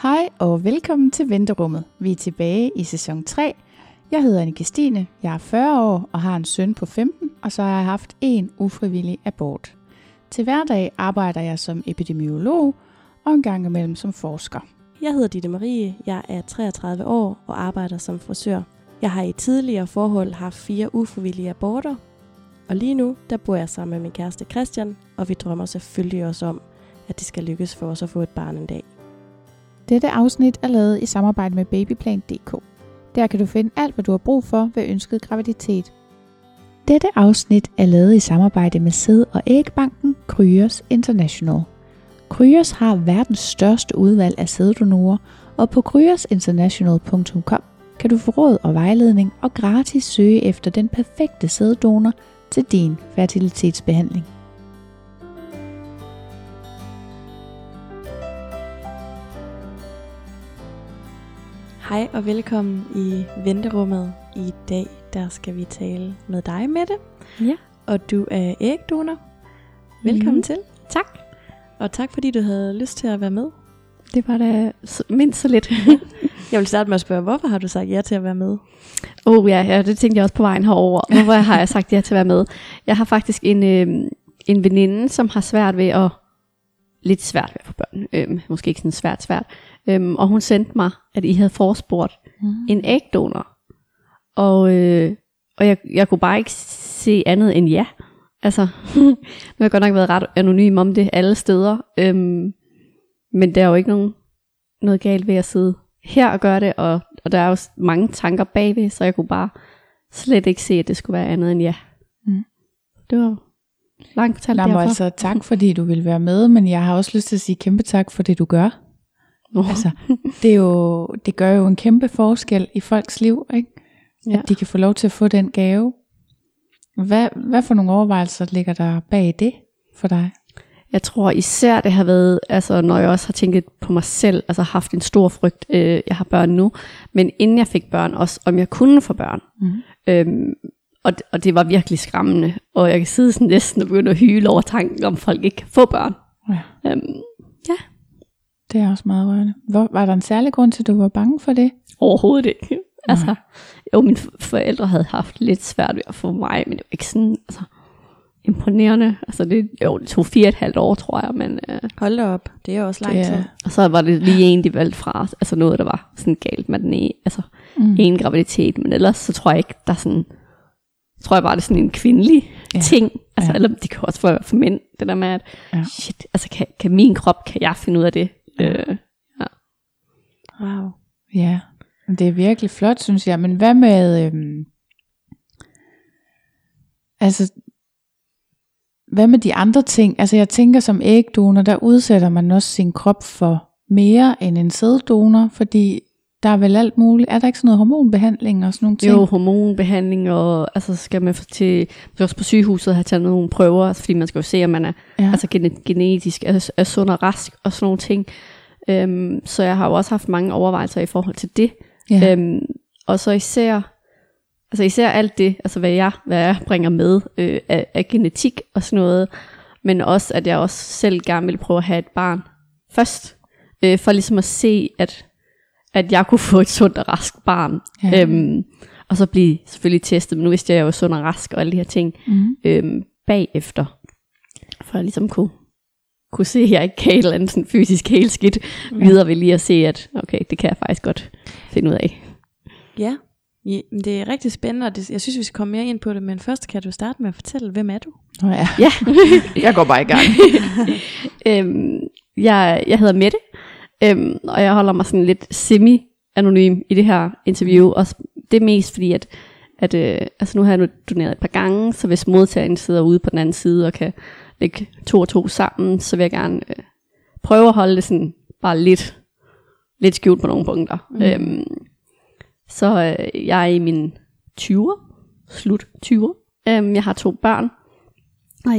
Hej og velkommen til Venterummet. Vi er tilbage i sæson 3. Jeg hedder Annika Stine, jeg er 40 år og har en søn på 15, og så har jeg haft en ufrivillig abort. Til hverdag arbejder jeg som epidemiolog og en gang imellem som forsker. Jeg hedder Ditte Marie, jeg er 33 år og arbejder som frisør. Jeg har i tidligere forhold haft 4 ufrivillige aborter, og lige nu der bor jeg sammen med min kæreste Christian, og vi drømmer selvfølgelig også om, at det skal lykkes for os at få et barn en dag. Dette afsnit er lavet i samarbejde med babyplan.dk. Der kan du finde alt, hvad du har brug for ved ønsket graviditet. Dette afsnit er lavet i samarbejde med sæd- og ægbanken Kryos International. Kryos har verdens største udvalg af sæddonorer, og på kryosinternational.com kan du få råd og vejledning og gratis søge efter den perfekte sæddonor til din fertilitetsbehandling. Hej og velkommen i Venterummet. I dag der skal vi tale med dig, Mette. Ja. Og du er ægdonor. Velkommen til. Tak. Og tak fordi du havde lyst til at være med. Det var da mindst så lidt. Jeg vil starte med at spørge, hvorfor har du sagt ja til at være med? Ja, det tænkte jeg også på vejen herover. Hvorfor har jeg sagt ja til at være med? Jeg har faktisk en veninde, som har svært ved lidt svært ved at få børn. Måske ikke sådan svært. Og hun sendte mig, at I havde forespurgt en ægdonor. Og jeg kunne bare ikke se andet end ja. Altså, nu har jeg godt nok været ret anonym om det alle steder. Men der er jo ikke noget galt ved at sidde her og gøre det. Og der er jo mange tanker bagved, så jeg kunne bare slet ikke se, at det skulle være andet end ja. Det var langt fortalt derfor. Altså, tak fordi du vil være med, men jeg har også lyst til at sige kæmpe tak for det, du gør. Altså, det gør jo en kæmpe forskel i folks liv, ikke? At de kan få lov til at få den gave. Hvad for nogle overvejelser ligger der bag det for dig? Jeg tror især det har været, altså når jeg også har tænkt på mig selv, altså haft en stor frygt, jeg har børn nu, men inden jeg fik børn også, om jeg kunne få børn. Og det var virkelig skræmmende, og jeg kan sidde sådan næsten og begynde at hyle over tanken, om folk ikke kan få børn. Ja. Det er også meget rørende. Var der en særlig grund til, at du var bange for det? Overhovedet ikke. Altså, mine forældre havde haft lidt svært ved at få mig, men det var ikke sådan imponerende. Altså, det tog 4,5 år, tror jeg. Men, hold da op, det er også lang tid. Og så var det lige en, de valgte fra. Altså noget, der var sådan galt med den ene graviditet. Men ellers så tror jeg ikke, der er sådan... tror jeg bare, det er sådan en kvindelig ting. Altså, eller det kan også være for mænd, det der med, at shit, altså kan min krop, kan jeg finde ud af det? Wow. Ja, det er virkelig flot, synes jeg. Men hvad med, hvad med de andre ting? Altså jeg tænker, som ægdonor, der udsætter man også sin krop for mere end en sæddonor, fordi der er vel alt muligt. Er der ikke sådan noget hormonbehandling og sådan nogle ting? Jo, hormonbehandling, og altså skal man også på sygehuset have taget nogle prøver, fordi man skal jo se, om man er altså genetisk er sund og rask og sådan nogle ting. Så jeg har jo også haft mange overvejelser i forhold til det. Og så især alt det, altså hvad jeg bringer med af genetik og sådan noget, men også at jeg også selv gerne vil prøve at have et barn først, for ligesom at se, at jeg kunne få et sundt og rask barn. Og så blive selvfølgelig testet, men nu vidste jeg jo sund og rask og alle de her ting bagefter, for at ligesom kunne se, at jeg ikke kan et eller andet sådan fysisk helt skidt videre ved lige at se, at okay, det kan jeg faktisk godt finde ud af. Ja, det er rigtig spændende, og jeg synes, vi skal komme mere ind på det, men først kan du starte med at fortælle, hvem er du? Ja. Jeg går bare i gang. Jeg hedder Mette, og jeg holder mig sådan lidt semi-anonym i det her interview, og det er mest fordi, at altså nu har jeg doneret et par gange, så hvis modtageren sidder ude på den anden side og kan lægge 2 og 2 sammen, så vil jeg gerne prøve at holde det sådan bare lidt skjult på nogle punkter. Så jeg er i mine 20'er, slut 20'er. Jeg har 2 børn, og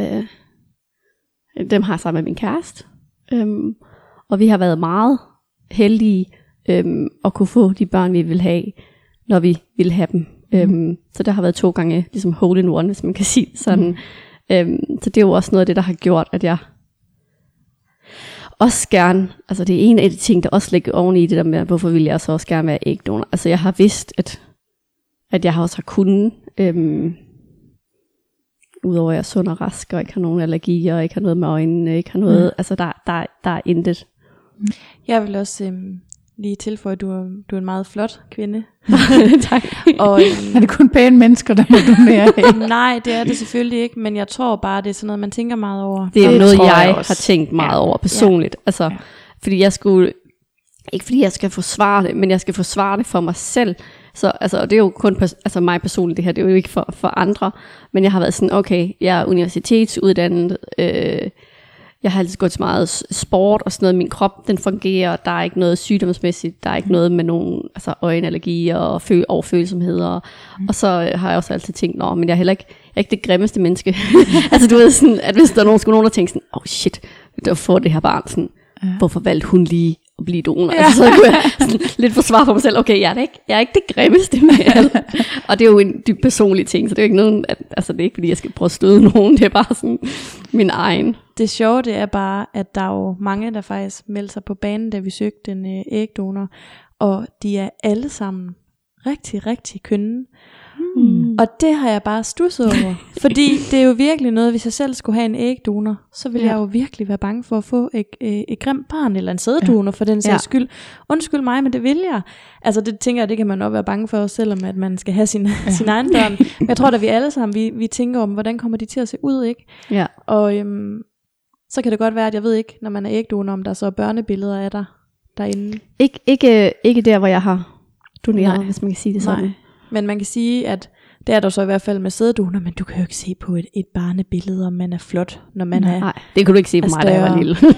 dem har jeg sammen med min kæreste. Og vi har været meget heldige at kunne få de børn, vi vil have, når vi vil have dem. Så der har været 2 gange ligesom hole in one, hvis man kan sige sådan. Så det er jo også noget af det, der har gjort, at jeg også gerne, altså det er en af de ting, der også ligger oven i det der med, hvorfor vil jeg så også gerne være ægdonor. Altså jeg har vidst, at jeg også har kunnet, udover at jeg er sund og rask, og ikke har nogen allergier, og ikke har noget med øjnene, ikke har noget, altså der er intet. Jeg vil også lige tilføje, at du er en meget flot kvinde. Tak. Og, er det kun pæne mennesker, der må donere? Nej, det er det selvfølgelig ikke, men jeg tror bare, det er sådan noget, man tænker meget over. Det er det noget, jeg har tænkt meget over personligt. Ja. Altså, fordi jeg skulle, ikke fordi jeg skal forsvare det, men jeg skal forsvare det for mig selv. Så altså, og det er jo kun mig personligt det her, det er jo ikke for andre. Men jeg har været sådan, okay, jeg er universitetsuddannet, jeg har altid gået til meget sport og sådan noget. Min krop, den fungerer. Der er ikke noget sygdomsmæssigt. Der er ikke noget med nogen øjenallergi og overfølsomheder. Og så har jeg også altid tænkt, men jeg er ikke det grimmeste menneske. Altså du ved sådan, at hvis der er nogen der tænker sådan, shit, der får det her barn sådan, hvorfor valgte hun lige at blive donor? Altså, så kunne jeg sådan, lidt forsvare for mig selv, okay, jeg er ikke det grimmeste med alt. Og det er jo en dyb personlig ting, så det er jo ikke noget, altså det er ikke fordi, jeg skal prøve at støde nogen, det er bare sådan min egen. Det sjove, det er bare, at der er jo mange, der faktisk meldte sig på banen, da vi søgte en ægdonor, og de er alle sammen rigtig, rigtig kønne. Og det har jeg bare studset over, fordi det er jo virkelig noget, hvis jeg selv skulle have en ægdonor, så ville jeg jo virkelig være bange for at få et grimt barn, eller en sæddonor for den sags skyld. Undskyld mig, men det vil jeg. Altså det tænker jeg, det kan man også være bange for, selvom at man skal have sin egen børn. Men jeg tror da vi alle sammen, vi tænker om, hvordan kommer de til at se ud, ikke? Ja. Og så kan det godt være, at jeg ved ikke, når man er ægdonor, om der så er børnebilleder af dig derinde. Ikke der, hvor jeg har doneret, hvis man kan sige det sådan. Nej. Men man kan sige, at det er der så i hvert fald med sæddonor, men du kan jo ikke se på et barnebillede, om man er flot, når man er. Nej, det kunne du ikke se på mig, da jeg var lille.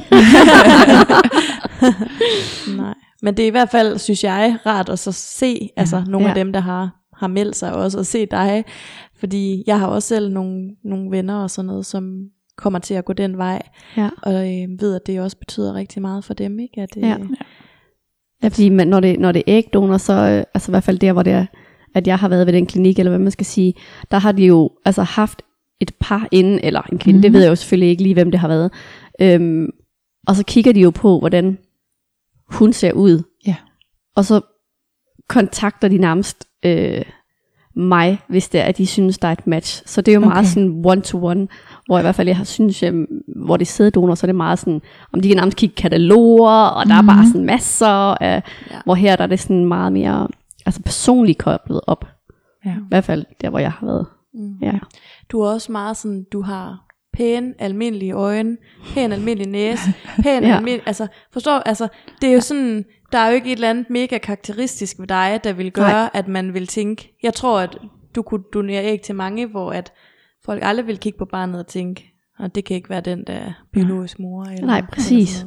Nej, men det er i hvert fald, synes jeg, rart at så se, altså nogle af dem, der har meldt sig også, og se dig. Fordi jeg har også selv nogle venner og sådan noget, som kommer til at gå den vej, og ved, at det også betyder rigtig meget for dem, ikke? At, ja, fordi når det er ægdonor, så altså i hvert fald der, hvor det er, at jeg har været ved den klinik, eller hvad man skal sige, der har de jo altså haft et par inden, eller en kvinde, det ved jeg jo selvfølgelig ikke lige, hvem det har været. Og så kigger de jo på, hvordan hun ser ud. Ja. Og så kontakter de nærmest mig, hvis det er, at de synes, der er et match. Så det er jo meget sådan one-to-one, hvor i hvert fald jeg synes, hvor det er sæddonor, så er det meget sådan, om de kan nærmest kigge kataloger, og der er bare sådan masser af, hvor her der er det sådan meget mere altså personligt koblet op. Ja. I hvert fald der, hvor jeg har været. Ja. Du er også meget sådan, du har pæne, almindelige øjne, pæn, almindelig næse, pæn, almindelig, altså, forstår, altså, det er jo sådan, der er jo ikke et eller andet mega karakteristisk ved dig, der vil gøre, at man vil tænke, jeg tror, at du kunne donere æg til mange, hvor at folk aldrig vil kigge på barnet og tænke, og det kan ikke være den der biologisk mor. Eller, nej, præcis.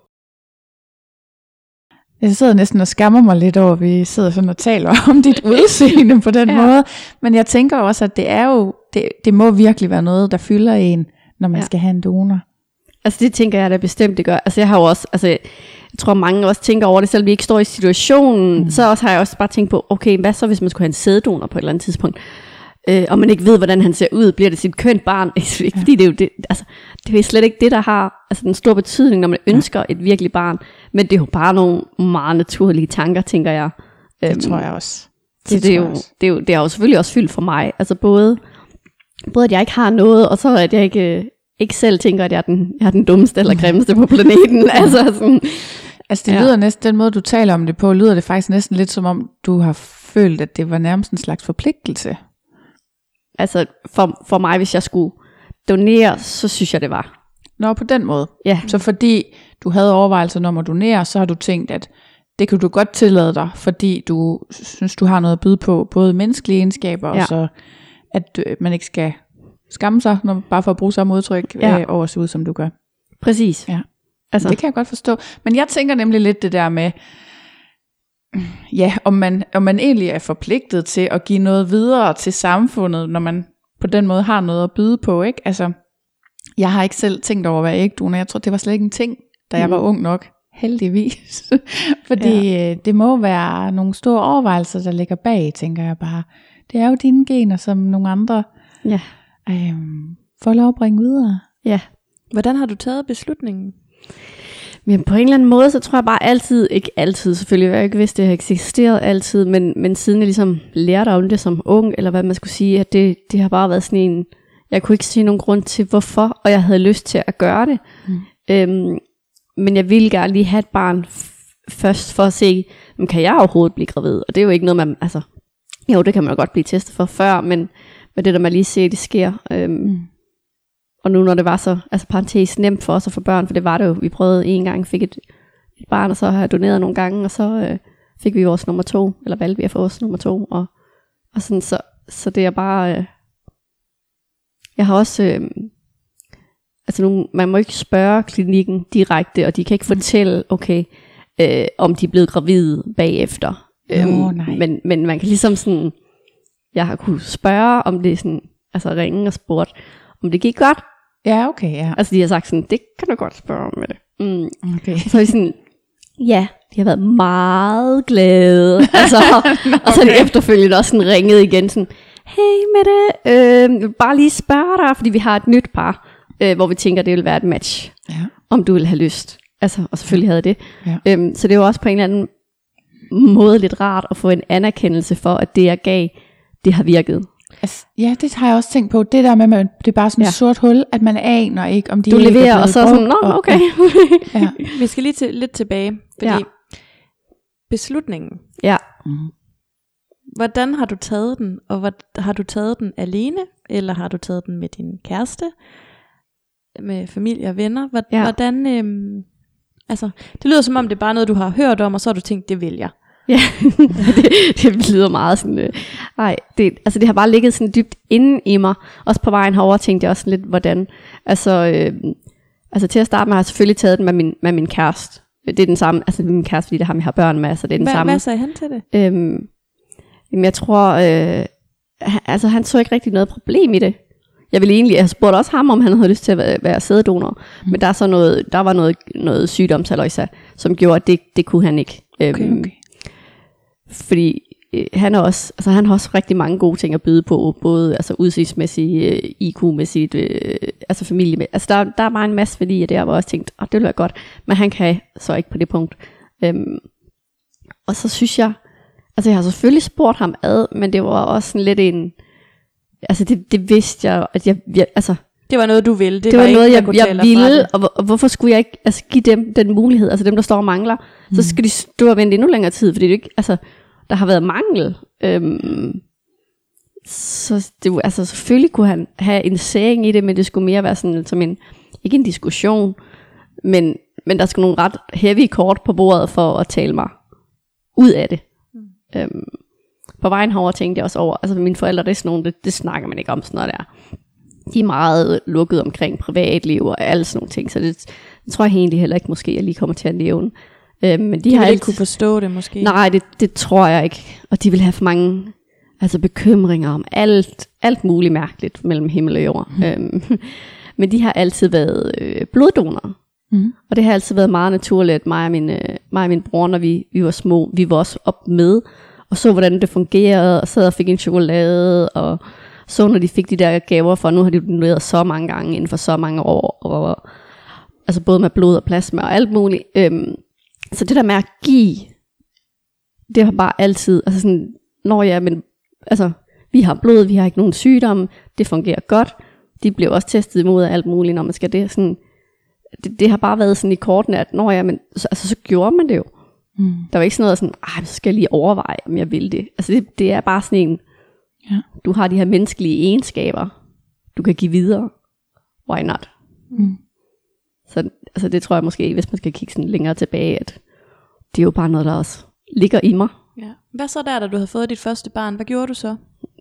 Jeg sidder næsten og skammer mig lidt over, at vi sidder sådan og taler om dit udseende på den måde. Men jeg tænker også, at det er jo, det må virkelig være noget, der fylder en, når man skal have en donor. Altså det tænker jeg da bestemt, det gør. Altså jeg har jo også, altså jeg tror mange også tænker over det, selvom vi ikke står i situationen, så også har jeg også bare tænkt på, okay, hvad så hvis man skulle have en sæddonor på et eller andet tidspunkt? Og man ikke ved, hvordan han ser ud, bliver det sit kønt barn? Ikke fordi det er jo det, altså det er slet ikke det, der har altså den store betydning, når man ønsker et virkelig barn. Men det er jo bare nogle meget naturlige tanker, tænker jeg. Det tror jeg også. Det har jo selvfølgelig også fyldt for mig. Altså både at jeg ikke har noget, og så at jeg ikke selv tænker, at jeg er den dummeste eller grimmeste på planeten. Altså det lyder næsten, den måde du taler om det på, lyder det faktisk næsten lidt som om, du har følt, at det var nærmest en slags forpligtelse. Altså for mig, hvis jeg skulle donere, så synes jeg, det var. Nå, på den måde. Ja. Så fordi du havde overvejelser om at donere, så har du tænkt, at det kan du godt tillade dig, fordi du synes, du har noget at byde på, både menneskelige egenskaber, og så at man ikke skal skamme sig, bare for at bruge samme udtryk, over at se ud, som du gør. Præcis. Ja. Altså. Det kan jeg godt forstå. Men jeg tænker nemlig lidt det der med, om man egentlig er forpligtet til at give noget videre til samfundet, når man på den måde har noget at byde på, ikke? Altså, jeg har ikke selv tænkt over at være ægdonor. Jeg tror, det var slet ikke en ting, da jeg var ung nok. Heldigvis. Fordi det må være nogle store overvejelser, der ligger bag, tænker jeg bare. Det er jo dine gener, som nogle andre får lov at bringe videre. Ja. Hvordan har du taget beslutningen? Men på en eller anden måde, så tror jeg bare altid, ikke altid selvfølgelig, jeg ikke vidste, det har eksisteret altid, men siden jeg ligesom lærte om det som ung, eller hvad man skulle sige, at det har bare været sådan en, jeg kunne ikke sige nogen grund til hvorfor, og jeg havde lyst til at gøre det. Men jeg ville gerne lige have et barn først for at se, kan jeg overhovedet blive gravid? Og det er jo ikke noget, man, altså, jo, det kan man jo godt blive testet for før, men det der man lige ser, det sker. Og nu når det var så, altså parentes, nemt for os at få børn, for det var det jo, vi prøvede en gang, fik et barn, og så har jeg doneret nogle gange, og så fik vi vores nummer 2, eller valgte vi at få vores nummer 2, og sådan, så det er bare, jeg har også, altså nu, man må ikke spørge klinikken direkte, og de kan ikke fortælle, okay, om de er blevet gravide bagefter. Men man kan ligesom sådan, jeg har kunnet spørge, om det er sådan, altså ringe og spurgt, om det gik godt. Ja, okay, ja. Altså de har sagt sådan, det kan du godt spørge om med det. Okay. Så er de sådan, ja, de har været meget glade. Altså, okay. Og så er de efterfølgende også sådan ringet igen sådan, hey Mette, jeg vil bare lige spørge dig, fordi vi har et nyt par, hvor vi tænker, det vil være et match, om du vil have lyst. Altså, og selvfølgelig havde det. Ja. Så det er jo også på en eller anden måde lidt rart at få en anerkendelse for, at det jeg gav, det har virket. Altså, ja, det har jeg også tænkt på. Det der med, at det er bare sådan et sort hul, at man aner ikke, om de du leverer, og så er sådan, okay. Ja. Vi skal lige lidt tilbage, fordi beslutningen. Ja. Hvordan har du taget den, og har du taget den alene, eller har du taget den med din kæreste, med familie og venner? Hvordan, altså, det lyder som om det er bare noget, du har hørt om, og så har du tænkt, det vil jeg. Ja, det lyder meget sådan, det har bare ligget sådan dybt inde i mig. Også på vejen herover tænkte jeg også lidt, hvordan, altså til at starte med har jeg selvfølgelig taget den med min kæreste. Det er den samme, altså min kæreste, fordi det har jeg har børn med, så det er den samme. Hvad sagde han til det? Jamen jeg tror, altså han så ikke rigtig noget problem i det. Jeg ville egentlig have spurgt også ham, om han havde lyst til at være sæddonor, men der var noget sygdomshalløjsa, som gjorde, at det kunne han ikke. Okay. Fordi han har også rigtig mange gode ting at byde på, både altså udsigtsmæssigt, IQ-mæssigt, altså familie. Altså der er bare en masse værdi af det, jeg også tænkt, det ville være godt, men han kan så ikke på det punkt. Og så synes jeg, altså jeg har selvfølgelig spurgt ham ad, men det var også sådan lidt en, altså det vidste jeg, at jeg altså det var noget du ville, det var noget jeg ville, og hvorfor skulle jeg ikke altså give dem den mulighed, altså dem der står og mangler, så skal de stå og vente endnu længere tid, fordi det ikke, altså der har været mangel. Så det, altså selvfølgelig kunne han have en særing i det, men det skulle mere være sådan som ikke en diskussion, men der skulle nogle ret heavy kort på bordet for at tale mig ud af det. På vejen herover tænkte jeg også over, altså mine forældre, det er sådan nogle, det snakker man ikke om sådan noget der. De er meget lukket omkring privatliv og alle sådan nogle ting, så det tror jeg egentlig heller ikke måske, jeg lige kommer til at nævne. Men de har ikke kunne forstå det måske? Nej, det tror jeg ikke. Og de vil have for mange bekymringer om alt muligt mærkeligt mellem himmel og jord. Men de har altid været bloddonorer. Og det har altid været meget naturligt, mig og min bror, når vi var små, vi var også op med, og så hvordan det fungerede, og sad og fik en chokolade, og så når de fik de der gaver for, nu har de doneret så mange gange inden for så mange år, og altså både med blod og plasma og alt muligt. Så det der med at give, det har bare altid, altså sådan, men altså, vi har blod, vi har ikke nogen sygdomme, det fungerer godt, de bliver også testet imod alt muligt, når man skal det, sådan, det har bare været sådan i kortene, at så gjorde man det jo. Der var ikke sådan noget sådan, så skal jeg lige overveje, om jeg vil det. Altså det er bare sådan en, du har de her menneskelige egenskaber, du kan give videre. Why not? Så altså det tror jeg måske, hvis man skal kigge sådan længere tilbage, at det er jo bare noget, der også ligger i mig. Ja. Hvad så da du havde fået dit første barn? Hvad gjorde du så?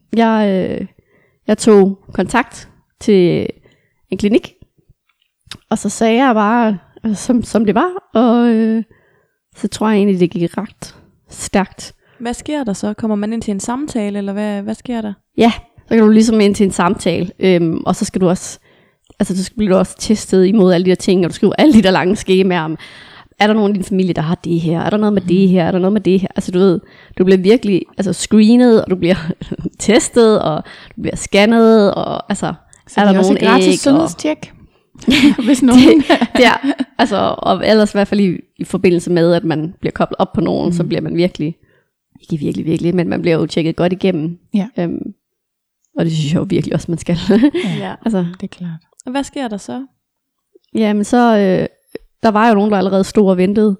Jeg tog kontakt til en klinik, og så sagde jeg bare, som det var, og så tror jeg egentlig, det gik ret stærkt. Hvad sker der så? Kommer man ind til en samtale, eller hvad sker der? Ja, så kan du ligesom ind til en samtale, og så skal du også, altså du bliver også testet imod alle de der ting, og du skriver alle de der lange skemaer om, er der nogen i din familie, der har det her? Er der noget med det her? Er der noget med det her? Altså du ved, du bliver virkelig screenet, og du bliver testet, og du bliver scannet, og altså, så er der nogen gratis sundhedstjek? Hvis nogen... Ja, altså, og ellers i hvert fald i forbindelse med, at man bliver koblet op på nogen, så bliver man virkelig, ikke virkelig, men man bliver jo tjekket godt igennem. Ja. Og det synes jeg jo virkelig også, man skal. Ja, altså, det er klart. Og hvad sker der så? Jamen så, der var jo nogen, der allerede stod og ventede.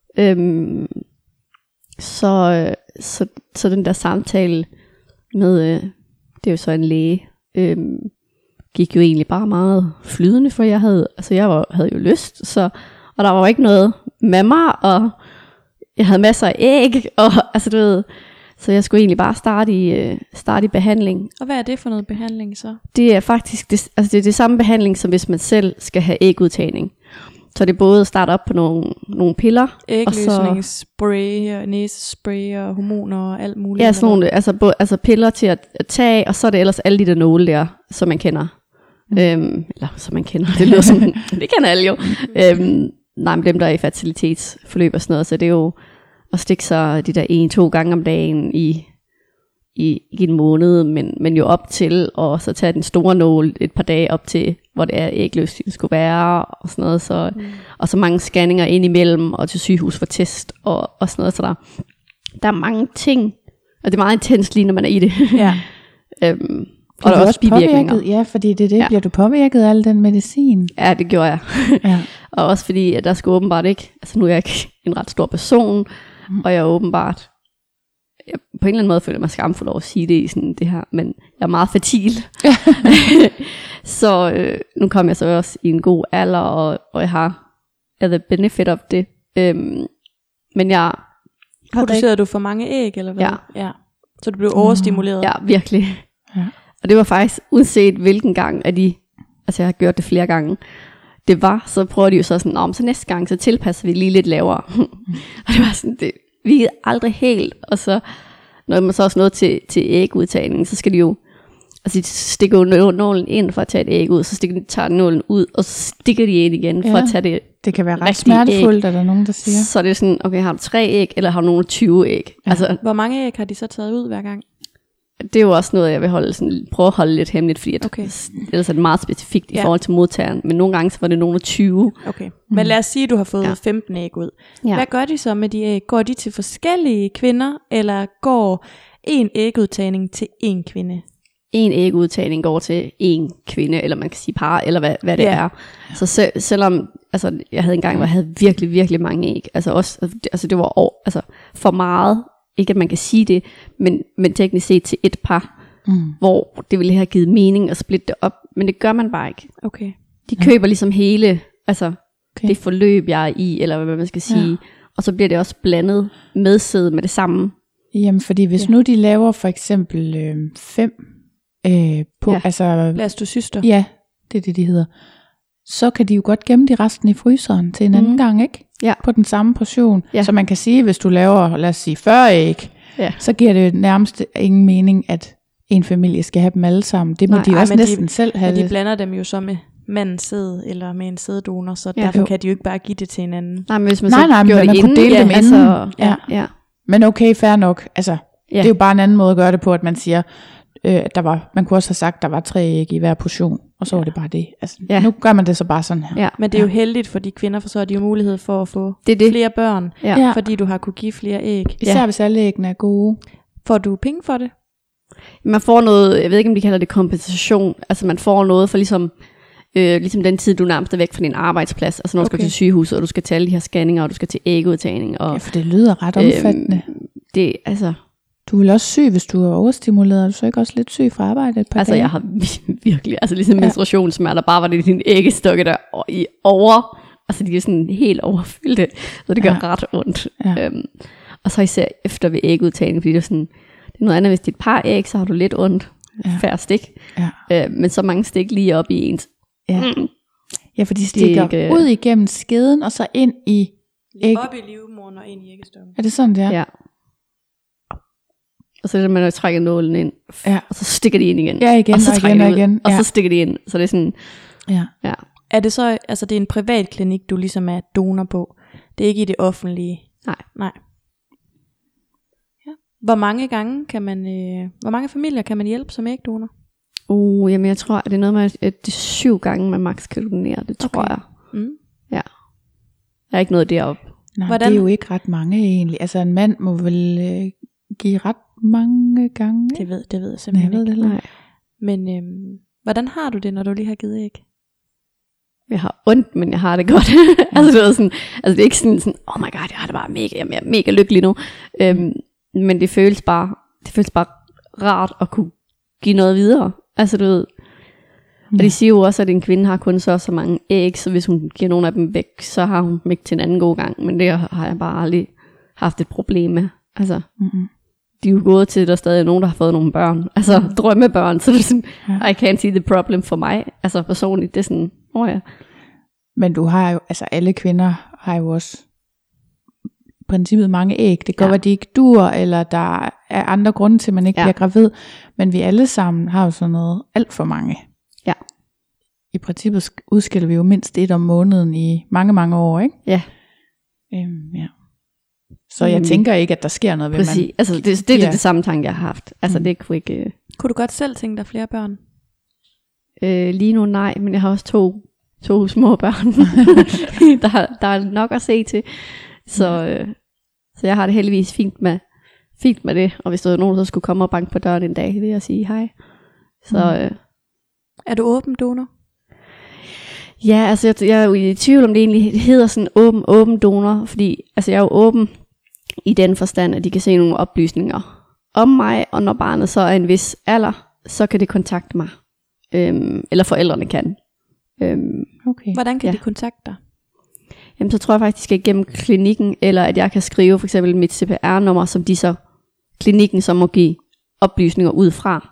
Så den der samtale med, det er jo så en læge, gik jo egentlig bare meget flydende, for jeg havde jo lyst, og der var jo ikke noget med mig, og jeg havde masser af æg, og altså du ved, så jeg skulle egentlig bare starte i behandling. Og hvad er det for noget behandling så? Det er faktisk det er det samme behandling, som hvis man selv skal have ægudtagning. Så det er både at starte op på nogle piller. Ægløsningsspray, næsespray og hormoner og alt muligt. Ja, sådan nogle, altså piller til at tage, og så er det ellers alle de der nåle der, som man kender. Eller som man kender, det lyder som, det kender alle jo. Nej, men dem der er i fertilitetsforløb og sådan noget, så det er jo at stikke sig de der 1-2 gange om dagen i en måned, men jo op til, og så tage den store nål et par dage op til, hvor det er ægløsning skulle være, og sådan noget, så, og så mange scanninger ind imellem, og til sygehus for test, og sådan noget, så der er mange ting, og det er meget intens lige, når man er i det. Ja. Og der er også bivirkninger. Ja, fordi det bliver du påvirket af al den medicin? Ja, det gjorde jeg. Ja. Og også fordi, at der skulle åbenbart ikke, altså nu er jeg ikke en ret stor person, og jeg er åbenbart, på en eller anden måde føler jeg mig skamfuld over at sige det i sådan det her, men jeg er meget fertil. Så nu kom jeg så også i en god alder, og jeg har the benefit of det. Men jeg producerede du for mange æg, eller hvad? Ja. Så du blev overstimuleret? Ja, virkelig. Ja. Og det var faktisk, uanset hvilken gang af altså jeg har gjort det flere gange, det var, så prøver de jo så sådan, så næste gang, så tilpasser vi lige lidt lavere. Og det var sådan, det virkede aldrig helt, og så, når man så også nået til ægudtagning, så skal de jo, altså de stikker jo nålen ind for at tage et æg ud, så tager nålen ud, og så stikker de ind igen for at tage det. Det kan være ret smertefuldt, er der nogen, der siger. Så det er sådan, okay, har du 3 æg, eller har du nogle 20 æg? Ja. Altså, hvor mange æg har de så taget ud hver gang? Det er jo også noget, jeg vil prøve at holde lidt hemmeligt, fordi ellers er det meget specifikt i forhold til modtageren. Men nogle gange så var det nogle 20. Okay. Men lad os sige, at du har fået 15 æg ud. Ja. Hvad gør de så med de æg? Går de til forskellige kvinder, eller går en ægudtagning til en kvinde? En ægudtagning går til en kvinde, eller man kan sige par, eller hvad det er. Så selvom, altså jeg havde en gang, hvor jeg havde virkelig, virkelig mange æg, altså det var for meget. Ikke at man kan sige det, men teknisk set til et par, hvor det ville have givet mening at splitte det op, men det gør man bare ikke. Okay. De køber ligesom hele, det forløb jeg er i, eller hvad man skal sige, og så bliver det også blandet med sæd med det samme. Jamen fordi hvis nu de laver for eksempel 5 på, blastocyster. Ja, det er det de hedder. Så kan de jo godt gemme de resten i fryseren til en anden gang, ikke? Ja. På den samme portion. Ja. Så man kan sige, hvis du laver, lad os sige, 40 æg, så giver det nærmest ingen mening, at en familie skal have dem alle sammen. Det må de også næsten selv have. Men de blander dem jo så med mandens sæd, eller med en sæddonor, så derfor kan de jo ikke bare give det til hinanden. Nej, men hvis man gjorde man det kunne dele dem inden. Ja. Men okay, fair nok. Altså, det er jo bare en anden måde at gøre det på, at man siger, man kunne også have sagt, der var 3 æg i hver portion, og så var det bare det. Altså, nu gør man det så bare sådan her. Ja. Men det er jo heldigt for de kvinder, for så har de jo mulighed for at få flere børn, fordi du har kunne give flere æg. Især hvis alle æggene er gode. Får du penge for det? Man får noget, jeg ved ikke om de kalder det kompensation, altså man får noget for ligesom den tid, du nærmest er væk fra din arbejdsplads, altså når du skal til sygehuset, og du skal til alle de her scanninger, og du skal til ægudtagning. Og, for det lyder ret omfattende. Det altså... Du er vel også syg, hvis du er overstimuleret. Er du så ikke også lidt syg fra arbejde et par dage? Jeg har virkelig, ligesom menstruationssmerter, bare var det din æggestokke der altså de er sådan helt overfyldte, så det gør ret ondt. Ja. Og så især efter ved ægudtagning, fordi det er noget andet, hvis det er et par æg, så har du lidt ondt, færre stik, men så mange stik lige op i ens. Ja, for de stikker ud igennem skeden, og så ind i op i livmoderen og ind i æggestokken. Er det sådan, det er? Ja. Og så er det, man trækker nålen ind, og så stikker de ind igen. Ja, igen, og så trækker de igen. Og så stikker de ind. Så det er sådan... Ja. Er det så, altså det er en privat klinik, du ligesom er donor på? Det er ikke i det offentlige? Nej. Ja. Hvor mange familier kan man hjælpe som ægdonor? Jamen jeg tror, at det er noget med, at det er 7 gange, man maks kan donere. Det tror jeg. Ja. Der er ikke noget deroppe. Nej, Hvordan? Det er jo ikke ret mange egentlig. Altså en mand må vel give ret mange gange. Det ved jeg simpelthen ikke. Nej. Men hvordan har du det, når du lige har givet æg? Jeg har ondt, men jeg har det godt. Altså det er ikke sådan, oh my god, jeg har det bare mega, jeg er mega lykkelig nu. Men det føles bare rart at kunne give noget videre. Altså du ved. Og de siger jo også, at en kvinde har kun så mange æg, så hvis hun giver nogle af dem væk, så har hun dem ikke til en anden god gang. Men det har jeg bare aldrig haft et problem med. Altså, de er jo gået til, at der stadig er nogen, der har fået nogle børn. Altså drømmebørn, så det er sådan, I can't see the problem for mig. Altså personligt, det er sådan, ja. Men du har jo, altså alle kvinder har jo også i princippet mange æg. Det kan godt være, de ikke dur, eller der er andre grunde til, at man ikke bliver gravid. Men vi alle sammen har jo sådan noget alt for mange. Ja. I princippet udskiller vi jo mindst 1 om måneden i mange, mange år, ikke? Ja. Ja. Så jeg tænker ikke, at der sker noget ved præcis. Altså det er det samme tanke, jeg har haft. Altså det kunne ikke... Kunne du godt selv tænke dig flere børn? Lige nu nej, men jeg har også to små børn, der er nok at se til. Så jeg har det heldigvis fint med det. Og hvis der er nogen, der skulle komme og banke på døren en dag, vil jeg sige hej. Så... Er du åben donor? Ja, altså jeg er jo i tvivl om det egentlig hedder sådan åben donor, fordi altså jeg er jo åben i den forstand, at de kan se nogle oplysninger om mig, og når barnet så er en vis alder, så kan det kontakte mig, eller forældrene kan. Okay. Hvordan kan de kontakte dig? Jamen så tror jeg faktisk, de skal igennem klinikken, eller at jeg kan skrive for eksempel mit CPR-nummer, som de så klinikken så må give oplysninger ud fra.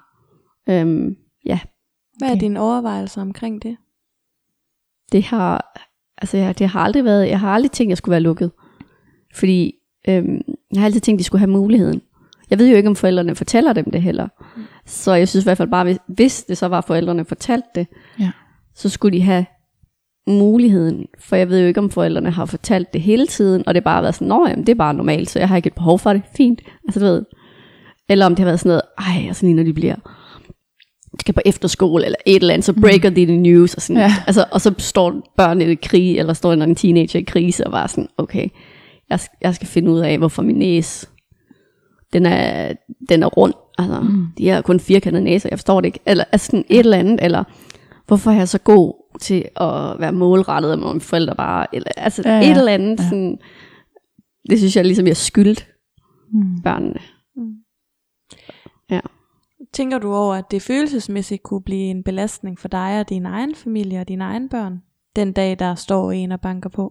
Ja. Hvad er dine overvejelser omkring det? Det har aldrig været, jeg har aldrig tænkt, at jeg skulle være lukket. Fordi jeg har altid tænkt, at de skulle have muligheden. Jeg ved jo ikke, om forældrene fortæller dem det heller. Så jeg synes i hvert fald bare, hvis det så var forældrene fortalt det, så skulle de have muligheden. For jeg ved jo ikke, om forældrene har fortalt det hele tiden, og det bare har været sådan, jamen, det er bare normalt, så jeg har ikke et behov for det. Fint. Altså du ved. Eller om det har været sådan noget, altså lige når de bliver... skal på efterskole eller et eller andet, så breaker de the news, og sådan, altså, og så står børnene i krig, eller står en teenager i krise, og bare sådan, okay, jeg skal finde ud af, hvorfor min næse, den er rund, altså, de har kun firkantede næser, jeg forstår det ikke, eller altså sådan et eller andet, eller hvorfor er jeg så god til at være målrettet af mine forældre bare, eller altså et eller andet, sådan, det synes jeg ligesom, jeg skyldt børnene. Ja. Tænker du over, at det følelsesmæssigt kunne blive en belastning for dig og din egen familie og dine egne børn, den dag, der står en og banker på?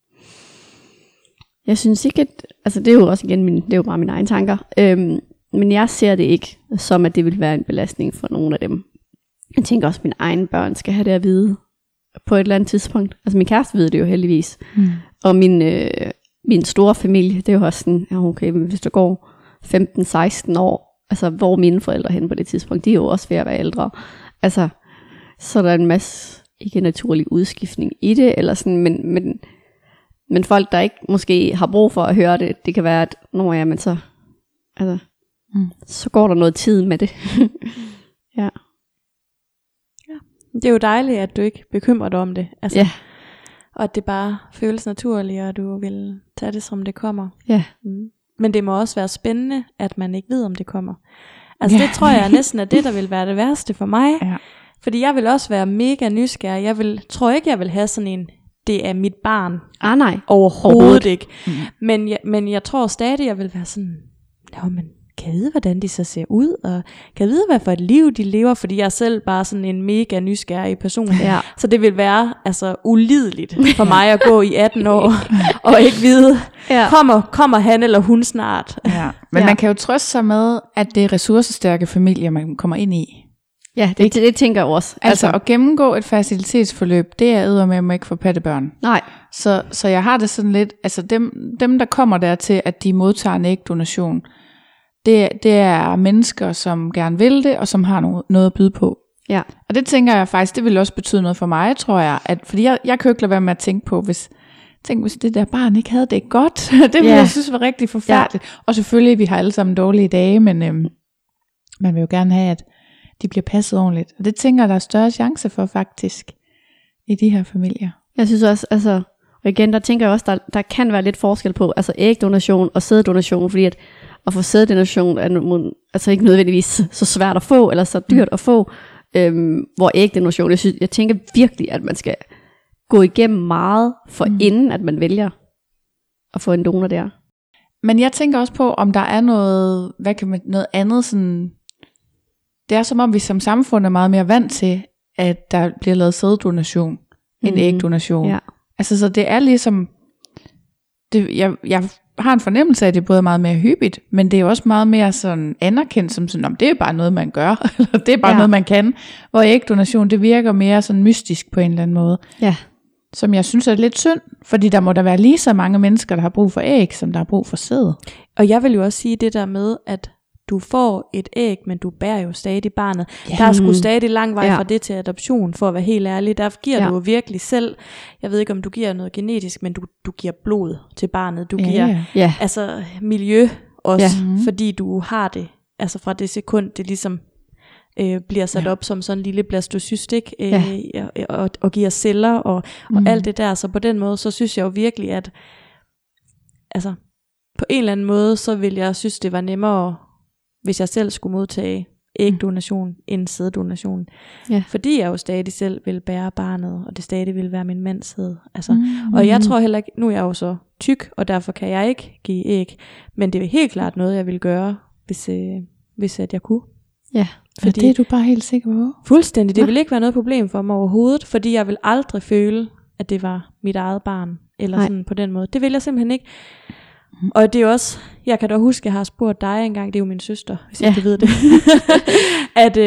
Jeg synes ikke, at... Altså det er jo også igen, det er jo bare mine egne tanker. Men jeg ser det ikke som, at det vil være en belastning for nogen af dem. Jeg tænker også, at mine egne børn skal have det at vide på et eller andet tidspunkt. Altså min kæreste ved det jo heldigvis. Og min store familie, det er jo også sådan, okay, men hvis der går 15-16 år, altså hvor mine forældre hen på det tidspunkt, de er jo også ved at være ældre. Altså, så er der en masse, ikke naturlig udskiftning i det, eller sådan, men folk, der ikke måske har brug for at høre det, det kan være, at men så, altså, så går der noget tid med det. Ja. Det er jo dejligt, at du ikke bekymrer dig om det. Altså, og at det bare føles naturligt, og du vil tage det, som det kommer. Ja. Men det må også være spændende, at man ikke ved, om det kommer. Altså det tror jeg næsten er det, der vil være det værste for mig. Ja. Fordi jeg vil også være mega nysgerrig. Tror ikke, jeg vil have sådan en, det er mit barn. Nej. Overhovedet ikke. Men jeg tror stadig, jeg vil være sådan, men kan jeg vide, hvordan de så ser ud? Og kan jeg vide, hvad for et liv de lever? Fordi jeg er selv bare sådan en mega nysgerrig person. Ja. Så det vil være altså ulideligt for mig at gå i 18 år og ikke vide, kommer han eller hun snart. Ja. Men man kan jo trøste sig med, at det er ressourcestærke familier, man kommer ind i. Ja, det tænker jeg også. Altså at gennemgå et facilitetsforløb, det er eddermame ikke for pattebørn. Nej. Så jeg har det sådan lidt, altså dem der kommer dertil, at de modtager en ægdonation, det er mennesker, som gerne vil det, og som har noget at byde på. Ja. Og det tænker jeg faktisk, det vil også betyde noget for mig, tror jeg. Fordi jeg kan jo ikke lade være med at tænke på, hvis det der barn ikke havde det godt. Det ville jeg synes var rigtig forfærdeligt. Ja. Og selvfølgelig, vi har alle sammen dårlige dage, men man vil jo gerne have, at de bliver passet ordentligt. Og det tænker jeg, der er større chance for faktisk i de her familier. Jeg synes også, altså, og igen, der tænker jeg også, der kan være lidt forskel på, altså ægdonation og sæddonation, fordi at få sæddonation er altså ikke nødvendigvis så svært at få, eller så dyrt at få, hvor ægdonation, jeg tænker virkelig, at man skal gå igennem meget, for inden at man vælger at få en donor der. Men jeg tænker også på, om der er noget, noget andet sådan, det er som om vi som samfund er meget mere vant til, at der bliver lavet sæddonation end ægdonation. Ja. Altså så det er ligesom, jeg har en fornemmelse af, at det både er meget mere hyppigt, men det er også meget mere sådan anerkendt som sådan, om det er bare noget man gør, eller det er bare noget man kan, hvor ægdonation, det virker mere sådan mystisk på en eller anden måde. Ja. Som jeg synes er lidt synd, fordi der må der være lige så mange mennesker, der har brug for æg, som der har brug for sæd. Og jeg vil jo også sige det der med, at du får et æg, men du bærer jo stadig barnet. Ja. Der er sgu stadig lang vej fra det til adoption, for at være helt ærlig. Der giver du jo virkelig selv, jeg ved ikke om du giver noget genetisk, men du giver blod til barnet. Du giver altså miljø også, fordi du har det, altså fra det sekund, det ligesom bliver sat op som sådan en lille blastocystik, og giver celler og alt det der. Så på den måde, så synes jeg jo virkelig, at altså på en eller anden måde, så vil jeg synes, det var nemmere, hvis jeg selv skulle modtage ægdonation end sæddonation. Ja. Fordi jeg jo stadig selv vil bære barnet, og det stadig vil være min mands sæd. Altså, og jeg tror heller ikke, nu er jeg jo så tyk, og derfor kan jeg ikke give æg, men det er helt klart noget, jeg vil gøre, hvis at jeg kunne. Ja, fordi det er du bare helt sikker på? Fuldstændig, det vil ikke være noget problem for mig overhovedet, fordi jeg vil aldrig føle, at det var mit eget barn, eller sådan på den måde. Det vil jeg simpelthen ikke. Og det er også, jeg kan da huske, jeg har spurgt dig engang, det er jo min søster, hvis ikke du ved det, at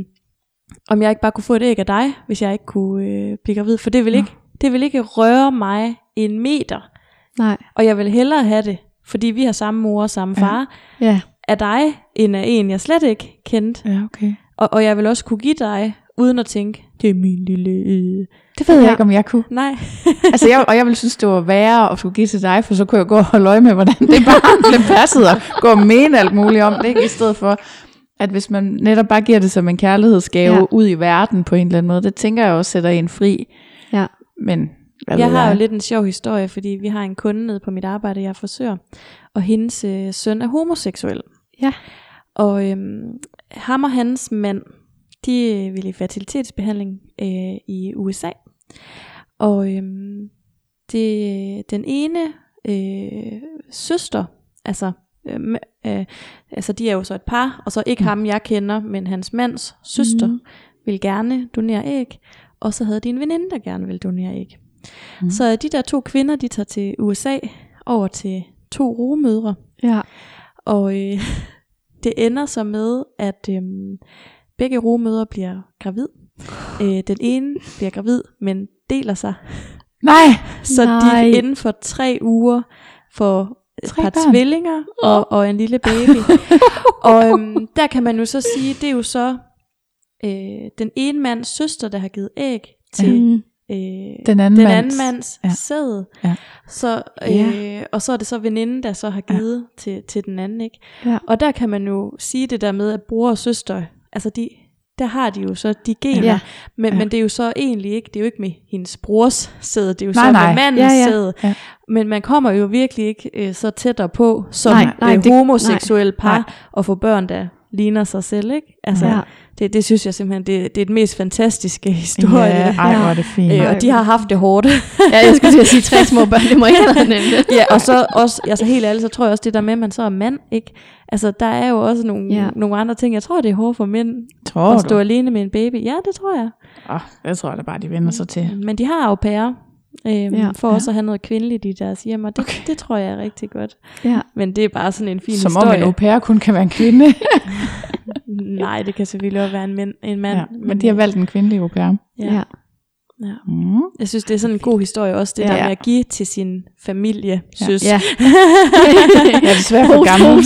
om jeg ikke bare kunne få et æg af dig, hvis jeg ikke kunne blive gravid, for det vil ikke røre mig en meter. Nej. Og jeg vil hellere have det, fordi vi har samme mor og samme far, af dig, end af en, jeg slet ikke kendte. Ja, okay. Og jeg vil også kunne give dig, uden at tænke, det er min lille Det ved jeg ikke, om jeg kunne. Nej. Altså jeg vil synes, det var værre at skulle give til dig, for så kunne jeg gå og holde øje med, hvordan det barn blev passet, og gå og mene alt muligt om det, ikke? I stedet for, at hvis man netop bare giver det som en kærlighedsgave ud i verden på en eller anden måde, det tænker jeg også sætter en fri. Ja. Men jeg har jo lidt en sjov historie, fordi vi har en kunde nede på mit arbejde, jeg er frisør, og hendes søn er homoseksuel. Ja. Og ham og hans mand, de ville i fertilitetsbehandling i USA. Og den ene søster, altså de er jo så et par, og så ikke ham jeg kender, men hans mands søster ville gerne donere æg, og så havde de en veninde, der gerne ville donere æg. Så de der 2 kvinder, de tager til USA over til 2 rugemødre. Ja. Og det ender så med, at begge rugemødre bliver gravid. Den ene bliver gravid, men deler sig. Nej! Så de inden for 3 uger får et par tvillinger og en lille baby. Og der kan man jo så sige, det er jo så den ene mands søster, der har givet æg til den anden mands sæd. Ja. Så, og så er det så veninden, der så har givet til den anden, ikke? Ja. Og der kan man jo sige det der med, at bror og søster, altså der har de jo så de gener, men det er jo så egentlig ikke, det er jo ikke med hendes brors sæd, det er jo så med mandens sæd. Ja. Men man kommer jo virkelig ikke så tættere på som homoseksuelle par og få børn, der ligner sig selv, ikke? Altså, det synes jeg simpelthen, det er den mest fantastiske historie. Ja, ej, hvor er det fint. Og de har haft det hårdt. Ja, jeg skulle sige 3 små børn, det må ikke have nemt. Ja, og så også, altså helt ærligt, så tror jeg også det der med, at man så er mand, ikke? Altså, der er jo også nogle andre ting. Jeg tror, det er hårdt for mænd at stå alene med en baby. Ja, det tror jeg. Det tror jeg da bare, de vender sig til. Men de har au pair. For også at have noget kvindeligt i deres hjem, og det tror jeg er rigtig godt. Ja. Men det er bare sådan en fin historie. Som om en au pair kun kan være en kvinde. Nej, det kan selvfølgelig også være en mand. Ja, men de har valgt en kvindelig au pair. Ja. Jeg synes, det er sådan en god historie også, det der med at give til sin familie, synes. Ja. Jeg er desværre for gammel.